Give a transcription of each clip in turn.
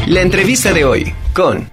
La entrevista de hoy con...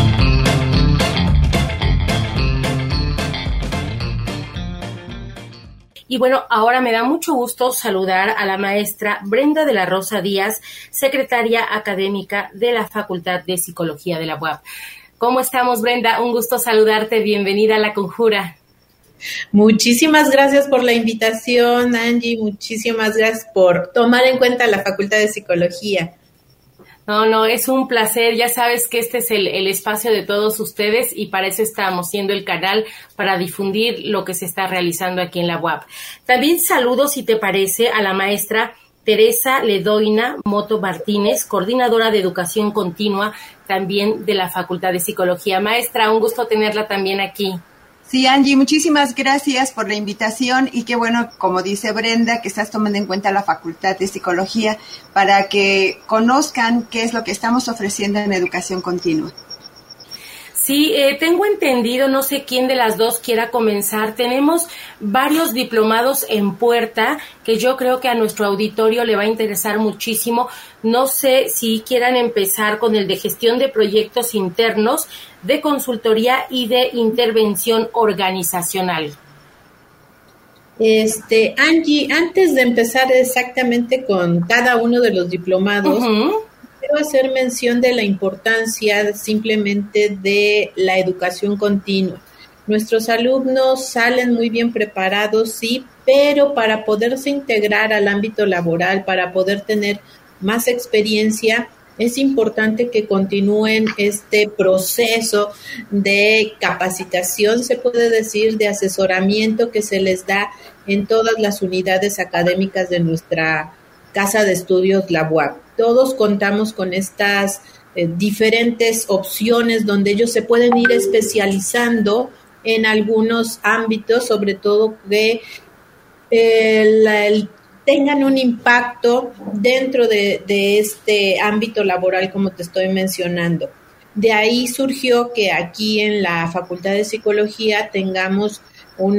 Y bueno, ahora me da mucho gusto saludar a la maestra Brenda de la Rosa Díaz, secretaria académica de la Facultad de Psicología de la UAP. ¿Cómo estamos, Brenda? Un gusto saludarte. Bienvenida a La Conjura. Muchísimas gracias por la invitación, Angie. Muchísimas gracias por tomar en cuenta la Facultad de Psicología. No, es un placer. Ya sabes que este es el espacio de todos ustedes y para eso estamos siendo el canal para difundir lo que se está realizando aquí en la UAP. También saludo, si te parece, a la maestra Teresa Ledoina Moto Martínez, coordinadora de Educación Continua también de la Facultad de Psicología. Maestra, un gusto tenerla también aquí. Sí, Angie, muchísimas gracias por la invitación y qué bueno, como dice Brenda, que estás tomando en cuenta la Facultad de Psicología para que conozcan qué es lo que estamos ofreciendo en Educación Continua. Sí, tengo entendido, no sé quién de las dos quiera comenzar. Tenemos varios diplomados en puerta que yo creo que a nuestro auditorio le va a interesar muchísimo. No sé si quieran empezar con el de gestión de proyectos internos, de consultoría y de intervención organizacional. Angie, antes de empezar exactamente con cada uno de los diplomados, quiero hacer mención de la importancia simplemente de la educación continua. Nuestros alumnos salen muy bien preparados, sí, pero para poderse integrar al ámbito laboral, para poder tener más experiencia, es importante que continúen este proceso de capacitación, se puede decir, de asesoramiento que se les da en todas las unidades académicas de nuestra Casa de Estudios, la UAP. Todos contamos con estas diferentes opciones donde ellos se pueden ir especializando en algunos ámbitos, sobre todo que tengan un impacto dentro de este ámbito laboral, como te estoy mencionando. De ahí surgió que aquí en la Facultad de Psicología tengamos un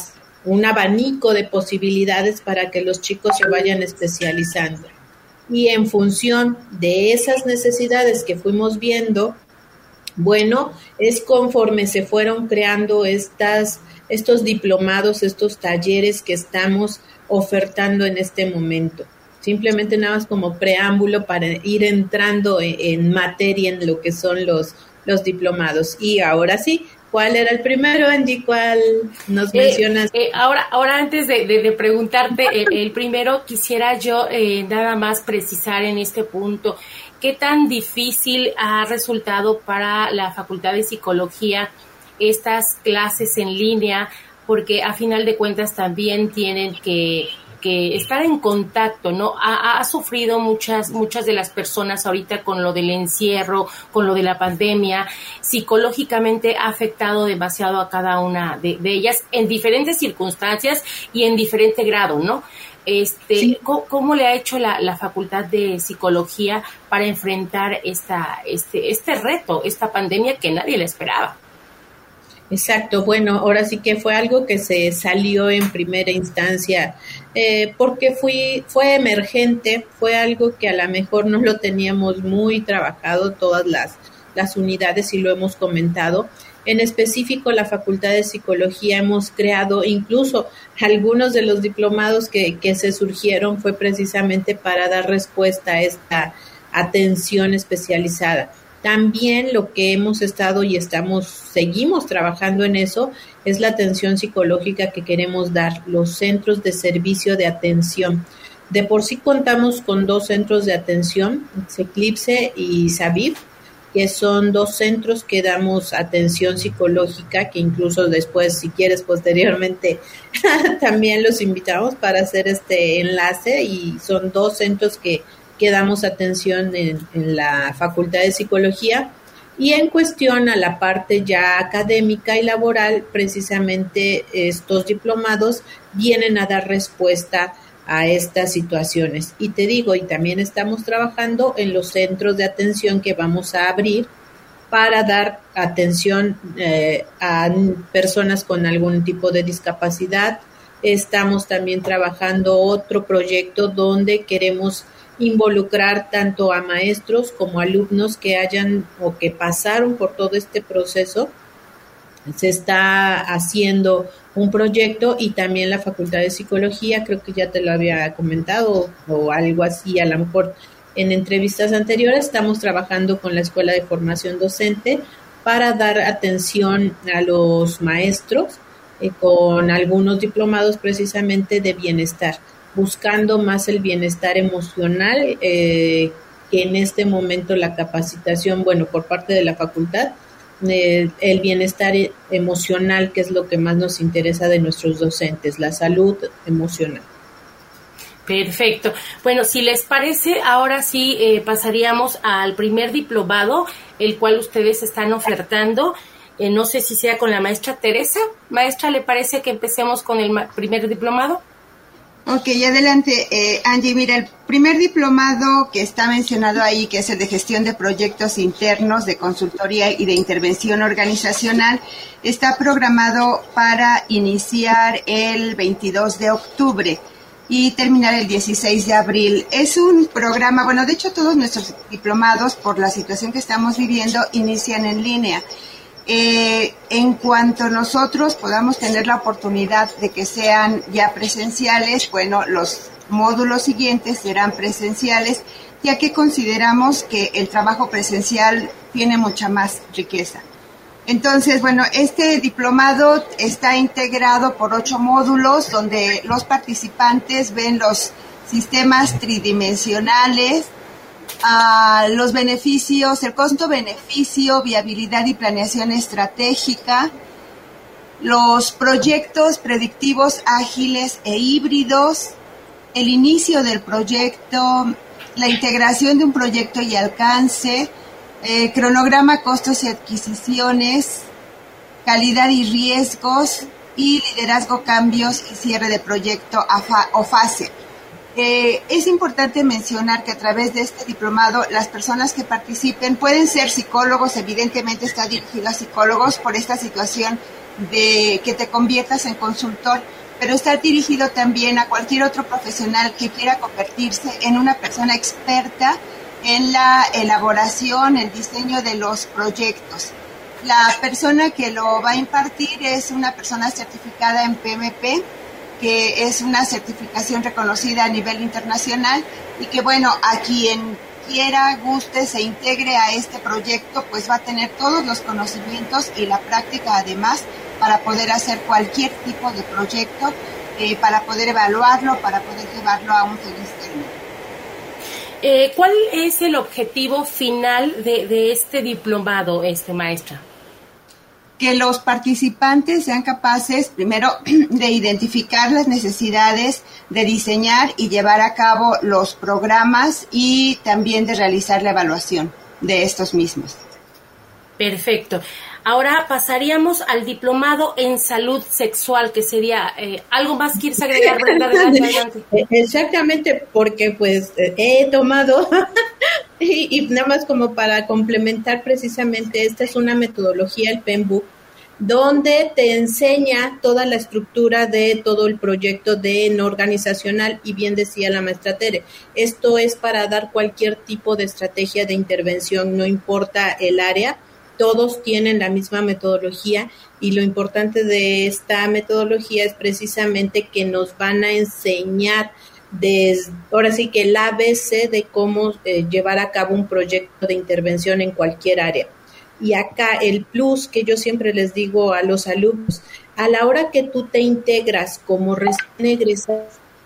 abanico de posibilidades para que los chicos se vayan especializando. Y en función de esas necesidades que fuimos viendo, bueno, es conforme se fueron creando estos diplomados, estos talleres que estamos ofertando en este momento. Simplemente nada más como preámbulo para ir entrando en materia en lo que son los diplomados. Y ahora sí, ¿cuál era el primero, Angie? ¿Cuál nos mencionas? Ahora antes de preguntarte el primero, quisiera yo nada más precisar en este punto, ¿qué tan difícil ha resultado para la Facultad de Psicología estas clases en línea? Porque a final de cuentas también tienen que estar en contacto, ¿no? Ha sufrido muchas de las personas ahorita con lo del encierro, con lo de la pandemia, psicológicamente ha afectado demasiado a cada una de ellas en diferentes circunstancias y en diferente grado, ¿no? Sí. ¿Cómo le ha hecho la Facultad de Psicología para enfrentar este reto, esta pandemia que nadie le esperaba? Exacto, bueno, ahora sí que fue algo que se salió en primera instancia, porque fue emergente, fue algo que a lo mejor no lo teníamos muy trabajado todas las unidades y lo hemos comentado. En específico, la Facultad de Psicología hemos creado incluso algunos de los diplomados que se surgieron fue precisamente para dar respuesta a esta atención especializada. También lo que hemos estado y seguimos trabajando en eso es la atención psicológica que queremos dar, los centros de servicio de atención. De por sí contamos con 2 centros de atención, Eclipse y Saviv, que son 2 centros que damos atención psicológica, que incluso después, si quieres, posteriormente también los invitamos para hacer este enlace, y son 2 centros que damos atención en la Facultad de Psicología. Y en cuestión a la parte ya académica y laboral, precisamente estos diplomados vienen a dar respuesta a estas situaciones. Y te digo, y también estamos trabajando en los centros de atención que vamos a abrir para dar atención a personas con algún tipo de discapacidad, Estamos también trabajando otro proyecto donde queremos involucrar tanto a maestros como alumnos que hayan o que pasaron por todo este proceso. Se está haciendo un proyecto y también la Facultad de Psicología, creo que ya te lo había comentado o algo así, a lo mejor en entrevistas anteriores, estamos trabajando con la Escuela de Formación Docente para dar atención a los maestros con algunos diplomados precisamente de bienestar, buscando más el bienestar emocional, que en este momento la capacitación, bueno, por parte de la facultad, el bienestar emocional, que es lo que más nos interesa de nuestros docentes, la salud emocional. Perfecto. Bueno, si les parece, ahora sí pasaríamos al primer diplomado, el cual ustedes están ofertando. No sé si sea con la maestra Teresa. Maestra, ¿le parece que empecemos con el primer diplomado? Ok, adelante, Angie. Mira, el primer diplomado que está mencionado ahí, que es el de gestión de proyectos internos, de consultoría y de intervención organizacional, está programado para iniciar el 22 de octubre y terminar el 16 de abril. Es un programa, bueno, de hecho todos nuestros diplomados, por la situación que estamos viviendo, inician en línea. En cuanto nosotros podamos tener la oportunidad de que sean ya presenciales, bueno, los módulos siguientes serán presenciales, ya que consideramos que el trabajo presencial tiene mucha más riqueza. Entonces, bueno, este diplomado está integrado por 8 módulos donde los participantes ven los sistemas tridimensionales, los beneficios, el costo-beneficio, viabilidad y planeación estratégica, los proyectos predictivos ágiles e híbridos, el inicio del proyecto, la integración de un proyecto y alcance, cronograma, costos y adquisiciones, calidad y riesgos, y liderazgo, cambios y cierre de proyecto o fase. Es importante mencionar que a través de este diplomado las personas que participen pueden ser psicólogos, evidentemente está dirigido a psicólogos por esta situación de que te conviertas en consultor, pero está dirigido también a cualquier otro profesional que quiera convertirse en una persona experta en la elaboración, el diseño de los proyectos. La persona que lo va a impartir es una persona certificada en PMP, que es una certificación reconocida a nivel internacional y que, bueno, a quien quiera, guste, se integre a este proyecto, pues va a tener todos los conocimientos y la práctica además para poder hacer cualquier tipo de proyecto, para poder evaluarlo, para poder llevarlo a un feliz término. ¿Cuál es el objetivo final de este diplomado, maestra? Que los participantes sean capaces, primero, de identificar las necesidades, de diseñar y llevar a cabo los programas y también de realizar la evaluación de estos mismos. Perfecto. Ahora pasaríamos al diplomado en salud sexual, que sería algo más. ¿Quieres agregar, Brenda? Adelante. Exactamente, porque pues he tomado y nada más como para complementar precisamente, esta es una metodología, el PMBOK, donde te enseña toda la estructura de todo el proyecto no organizacional, y bien decía la maestra Tere, esto es para dar cualquier tipo de estrategia de intervención, no importa el área, todos tienen la misma metodología, y lo importante de esta metodología es precisamente que nos van a enseñar ahora sí que el ABC de cómo llevar a cabo un proyecto de intervención en cualquier área. Y acá el plus que yo siempre les digo a los alumnos, a la hora que tú te integras como recién egresado,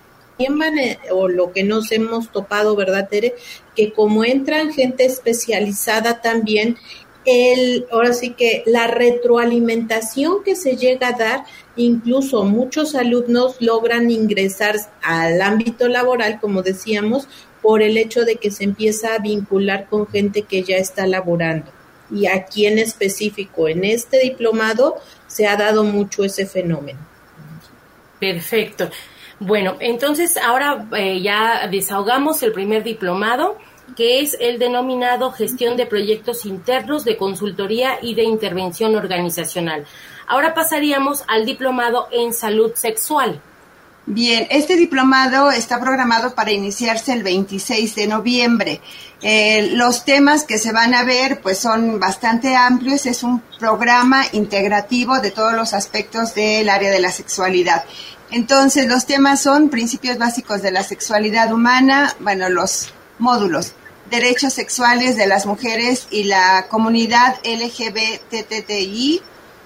o lo que nos hemos topado, ¿verdad, Tere? Que como entran gente especializada también, ahora sí que la retroalimentación que se llega a dar, incluso muchos alumnos logran ingresar al ámbito laboral, como decíamos, por el hecho de que se empieza a vincular con gente que ya está laborando. Y aquí en específico, en este diplomado, se ha dado mucho ese fenómeno. Perfecto. Bueno, entonces ahora ya desahogamos el primer diplomado, que es el denominado Gestión de Proyectos Internos de Consultoría y de Intervención Organizacional. Ahora pasaríamos al diplomado en Salud Sexual. Bien, este diplomado está programado para iniciarse el 26 de noviembre. Los temas que se van a ver pues son bastante amplios. Es un programa integrativo de todos los aspectos del área de la sexualidad. Entonces, los temas son principios básicos de la sexualidad humana, bueno, los módulos, derechos sexuales de las mujeres y la comunidad LGBTTI,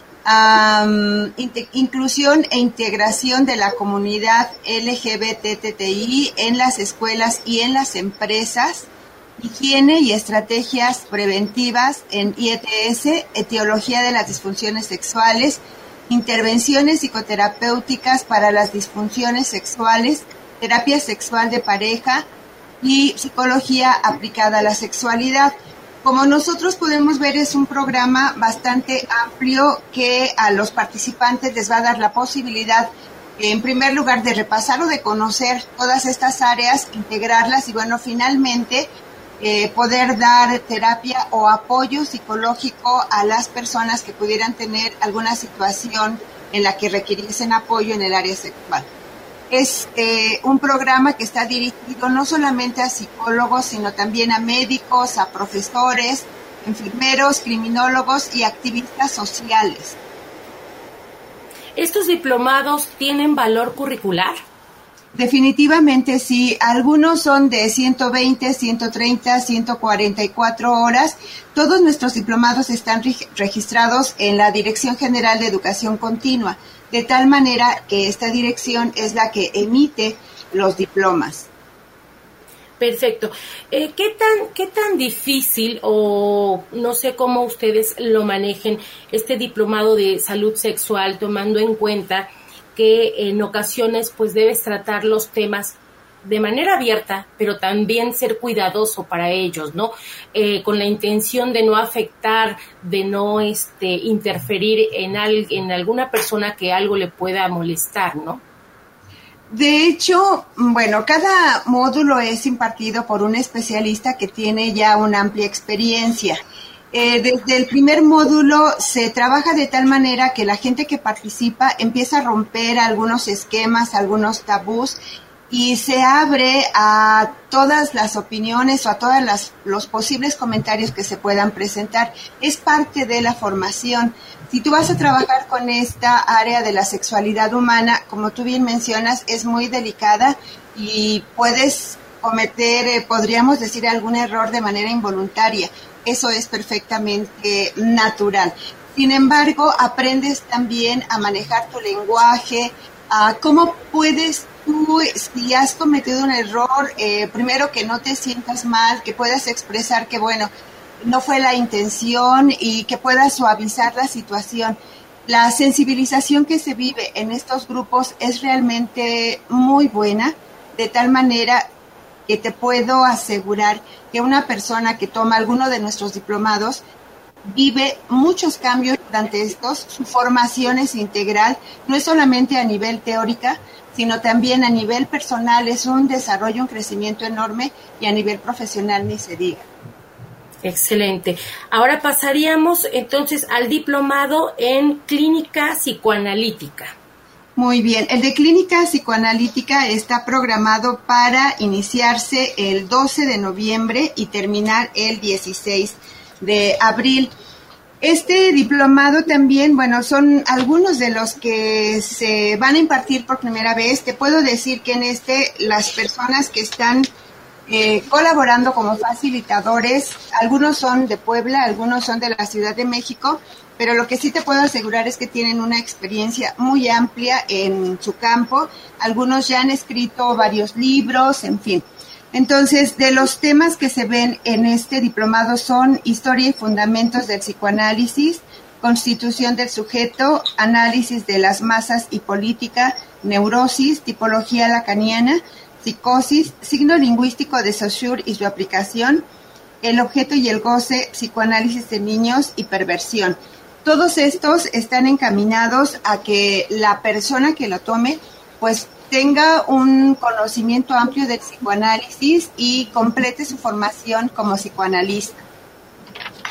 inclusión e integración de la comunidad LGBTTI en las escuelas y en las empresas, higiene y estrategias preventivas en IETS, etiología de las disfunciones sexuales, intervenciones psicoterapéuticas para las disfunciones sexuales, terapia sexual de pareja y psicología aplicada a la sexualidad. Como nosotros podemos ver, es un programa bastante amplio que a los participantes les va a dar la posibilidad, en primer lugar, de repasar o de conocer todas estas áreas, integrarlas y, bueno, finalmente poder dar terapia o apoyo psicológico a las personas que pudieran tener alguna situación en la que requiriesen apoyo en el área sexual. Es un programa que está dirigido no solamente a psicólogos, sino también a médicos, a profesores, enfermeros, criminólogos y activistas sociales. ¿Estos diplomados tienen valor curricular? Definitivamente sí. Algunos son de 120, 130, 144 horas. Todos nuestros diplomados están registrados en la Dirección General de Educación Continua, de tal manera que esta dirección es la que emite los diplomas. Perfecto. ¿Qué tan difícil, o no sé cómo ustedes lo manejen, este diplomado de salud sexual, tomando en cuenta que en ocasiones pues debes tratar los temas de manera abierta, pero también ser cuidadoso para ellos, ¿no? Con la intención de no afectar, de no interferir en alguna persona que algo le pueda molestar, ¿no? De hecho, bueno, cada módulo es impartido por un especialista que tiene ya una amplia experiencia. Desde el primer módulo se trabaja de tal manera que la gente que participa empieza a romper algunos esquemas, algunos tabús, y se abre a todas las opiniones o a todos los posibles comentarios que se puedan presentar. Es parte de la formación. Si tú vas a trabajar con esta área de la sexualidad humana, como tú bien mencionas, es muy delicada y puedes cometer, podríamos decir, algún error de manera involuntaria. Eso es perfectamente natural. Sin embargo, aprendes también a manejar tu lenguaje, a cómo puedes tú, si has cometido un error, primero que no te sientas mal, que puedas expresar que, bueno, no fue la intención y que puedas suavizar la situación. La sensibilización que se vive en estos grupos es realmente muy buena, de tal manera que te puedo asegurar que una persona que toma alguno de nuestros diplomados vive muchos cambios durante estos. Su formación es integral, no es solamente a nivel teórica, sino también a nivel personal. Es un desarrollo, un crecimiento enorme, y a nivel profesional ni se diga. Excelente. Ahora pasaríamos entonces al diplomado en clínica psicoanalítica. Muy bien, el de clínica psicoanalítica está programado para iniciarse el 12 de noviembre y terminar el 16 de abril. Este diplomado también, bueno, son algunos de los que se van a impartir por primera vez. Te puedo decir que en las personas que están colaborando como facilitadores, algunos son de Puebla, algunos son de la Ciudad de México, pero lo que sí te puedo asegurar es que tienen una experiencia muy amplia en su campo. Algunos ya han escrito varios libros, en fin. Entonces, de los temas que se ven en este diplomado son historia y fundamentos del psicoanálisis, constitución del sujeto, análisis de las masas y política, neurosis, tipología lacaniana, psicosis, signo lingüístico de Saussure y su aplicación, el objeto y el goce, psicoanálisis de niños y perversión. Todos estos están encaminados a que la persona que lo tome, pues, tenga un conocimiento amplio del psicoanálisis y complete su formación como psicoanalista.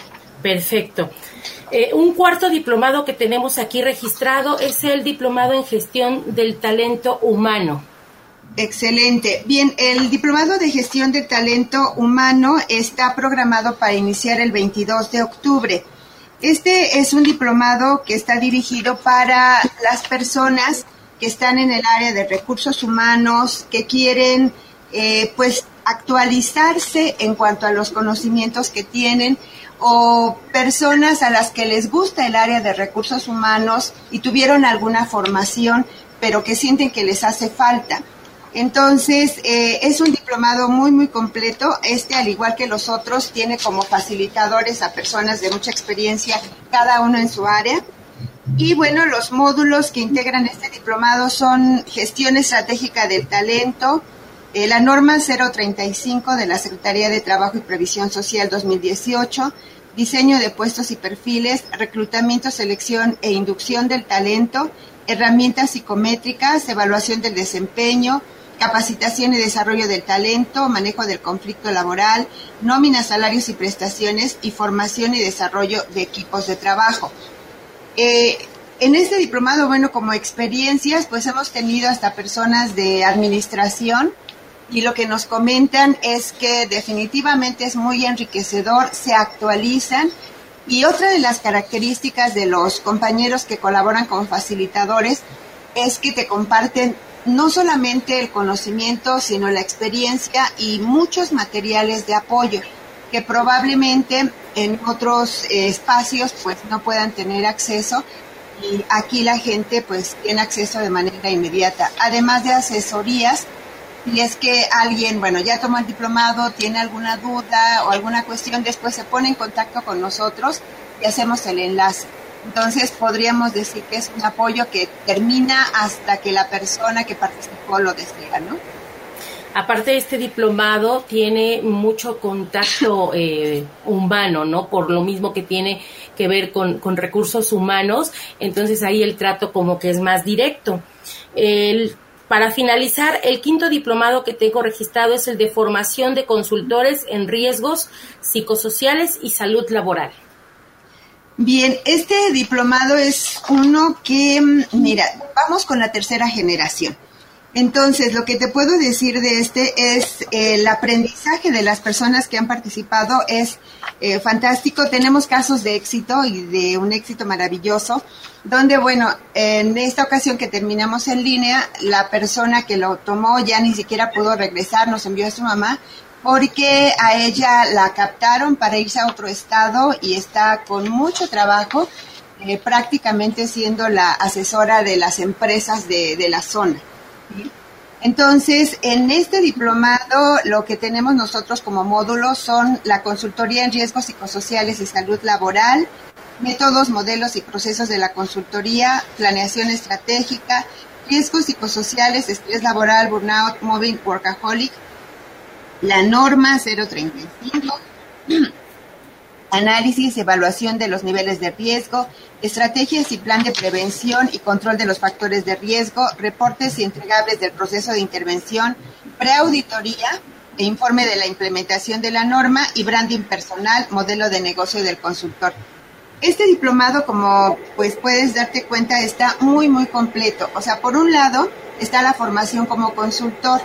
Perfecto. Un cuarto diplomado que tenemos aquí registrado es el diplomado en gestión del talento humano. Excelente. Bien, el diplomado de gestión del talento humano está programado para iniciar el 22 de octubre. Este es un diplomado que está dirigido para las personas que están en el área de recursos humanos, que quieren pues actualizarse en cuanto a los conocimientos que tienen, o personas a las que les gusta el área de recursos humanos y tuvieron alguna formación, pero que sienten que les hace falta. Entonces, es un diplomado muy, muy completo. Al igual que los otros, tiene como facilitadores a personas de mucha experiencia, cada uno en su área. Y bueno, los módulos que integran este diplomado son gestión estratégica del talento, la norma 035 de la Secretaría de Trabajo y Previsión Social 2018, diseño de puestos y perfiles, reclutamiento, selección e inducción del talento, herramientas psicométricas, evaluación del desempeño, capacitación y desarrollo del talento, manejo del conflicto laboral, nómina, salarios y prestaciones, y formación y desarrollo de equipos de trabajo. En este diplomado, bueno, como experiencias, pues hemos tenido hasta personas de administración, y lo que nos comentan es que definitivamente es muy enriquecedor, se actualizan, y otra de las características de los compañeros que colaboran como facilitadores es que te comparten no solamente el conocimiento, sino la experiencia y muchos materiales de apoyo que probablemente en otros espacios pues no puedan tener acceso, y aquí la gente pues tiene acceso de manera inmediata, además de asesorías. Si es que alguien, bueno, ya tomó el diplomado, tiene alguna duda o alguna cuestión, después se pone en contacto con nosotros y hacemos el enlace. Entonces podríamos decir que es un apoyo que termina hasta que la persona que participó lo desea, ¿no? Aparte, este diplomado tiene mucho contacto humano, ¿no? Por lo mismo que tiene que ver con recursos humanos, entonces ahí el trato como que es más directo. Para finalizar, el quinto diplomado que tengo registrado es el de formación de consultores en riesgos psicosociales y salud laboral. Bien, este diplomado es uno que, mira, vamos con la tercera generación. Entonces, lo que te puedo decir de este es el aprendizaje de las personas que han participado es fantástico. Tenemos casos de éxito y de un éxito maravilloso, donde, bueno, en esta ocasión que terminamos en línea, la persona que lo tomó ya ni siquiera pudo regresar, nos envió a su mamá, porque a ella la captaron para irse a otro estado y está con mucho trabajo, prácticamente siendo la asesora de las empresas de la zona. Entonces, en este diplomado lo que tenemos nosotros como módulos son la consultoría en riesgos psicosociales y salud laboral, métodos, modelos y procesos de la consultoría, planeación estratégica, riesgos psicosociales, estrés laboral, burnout, mobbing, workaholic, la norma 035, análisis, evaluación de los niveles de riesgo, estrategias y plan de prevención y control de los factores de riesgo, reportes y entregables del proceso de intervención, preauditoría e informe de la implementación de la norma, y branding personal, modelo de negocio del consultor. Este diplomado, como pues puedes darte cuenta, está muy, muy completo. O sea, por un lado está la formación como consultor.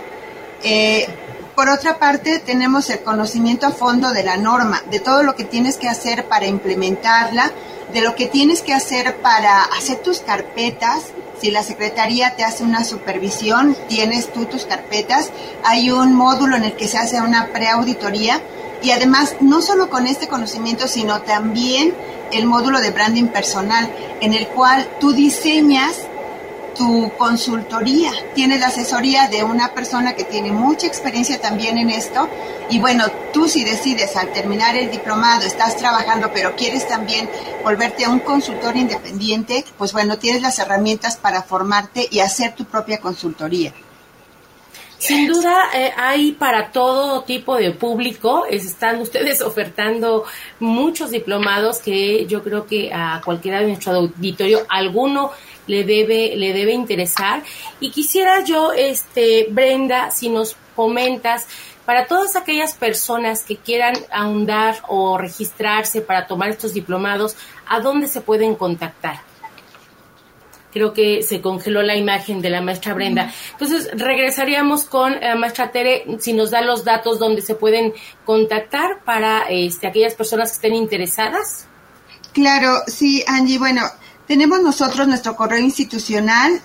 Por otra parte, tenemos el conocimiento a fondo de la norma, de todo lo que tienes que hacer para implementarla, de lo que tienes que hacer para hacer tus carpetas. Si la Secretaría te hace una supervisión, tienes tú tus carpetas. Hay un módulo en el que se hace una preauditoría, y además, no solo con este conocimiento, sino también el módulo de branding personal, en el cual tú diseñas tu consultoría, tienes la asesoría de una persona que tiene mucha experiencia también en esto, y bueno, tú si decides al terminar el diplomado, estás trabajando, pero quieres también volverte a un consultor independiente, pues bueno, tienes las herramientas para formarte y hacer tu propia consultoría. Sin duda, hay para todo tipo de público. Están ustedes ofertando muchos diplomados que yo creo que a cualquiera de nuestro auditorio alguno le debe interesar. Y quisiera yo, Brenda, si nos comentas, para todas aquellas personas que quieran ahondar o registrarse para tomar estos diplomados, ¿a dónde se pueden contactar? Creo que se congeló la imagen de la maestra Brenda. Entonces, regresaríamos con maestra Tere, si nos da los datos donde se pueden contactar para aquellas personas que estén interesadas. Claro, sí, Angie. Bueno, tenemos nosotros nuestro correo institucional,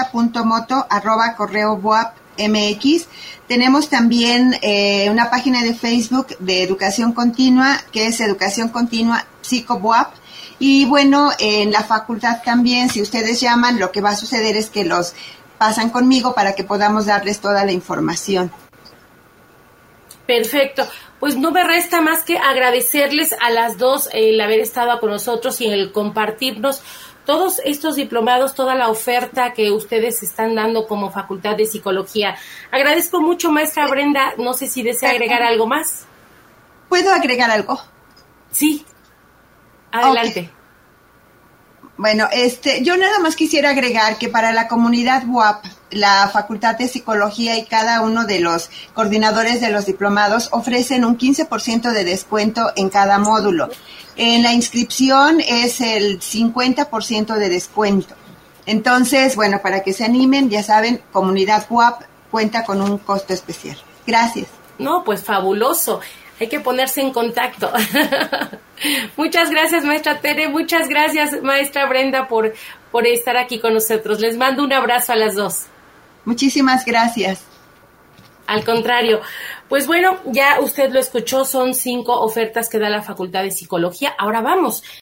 teresa.moto@correoboap.mx. Tenemos también una página de Facebook de Educación Continua, que es Educación Continua Psicoboap. Y bueno, en la facultad también, si ustedes llaman, lo que va a suceder es que los pasan conmigo para que podamos darles toda la información. Perfecto. Pues no me resta más que agradecerles a las dos el haber estado con nosotros y el compartirnos todos estos diplomados, toda la oferta que ustedes están dando como Facultad de Psicología. Agradezco mucho, maestra Brenda. No sé si desea agregar algo más. ¿Puedo agregar algo? Sí. Adelante. Okay. Bueno, yo nada más quisiera agregar que para la comunidad BOAP, la Facultad de Psicología y cada uno de los coordinadores de los diplomados ofrecen un 15% de descuento en cada módulo. En la inscripción es el 50% de descuento. Entonces, bueno, para que se animen, ya saben, comunidad BOAP cuenta con un costo especial. Gracias. No, pues fabuloso. Hay que ponerse en contacto. Muchas gracias, maestra Tere. Muchas gracias, maestra Brenda, por estar aquí con nosotros. Les mando un abrazo a las dos. Muchísimas gracias. Al contrario. Pues bueno, ya usted lo escuchó, son 5 ofertas que da la Facultad de Psicología. Ahora vamos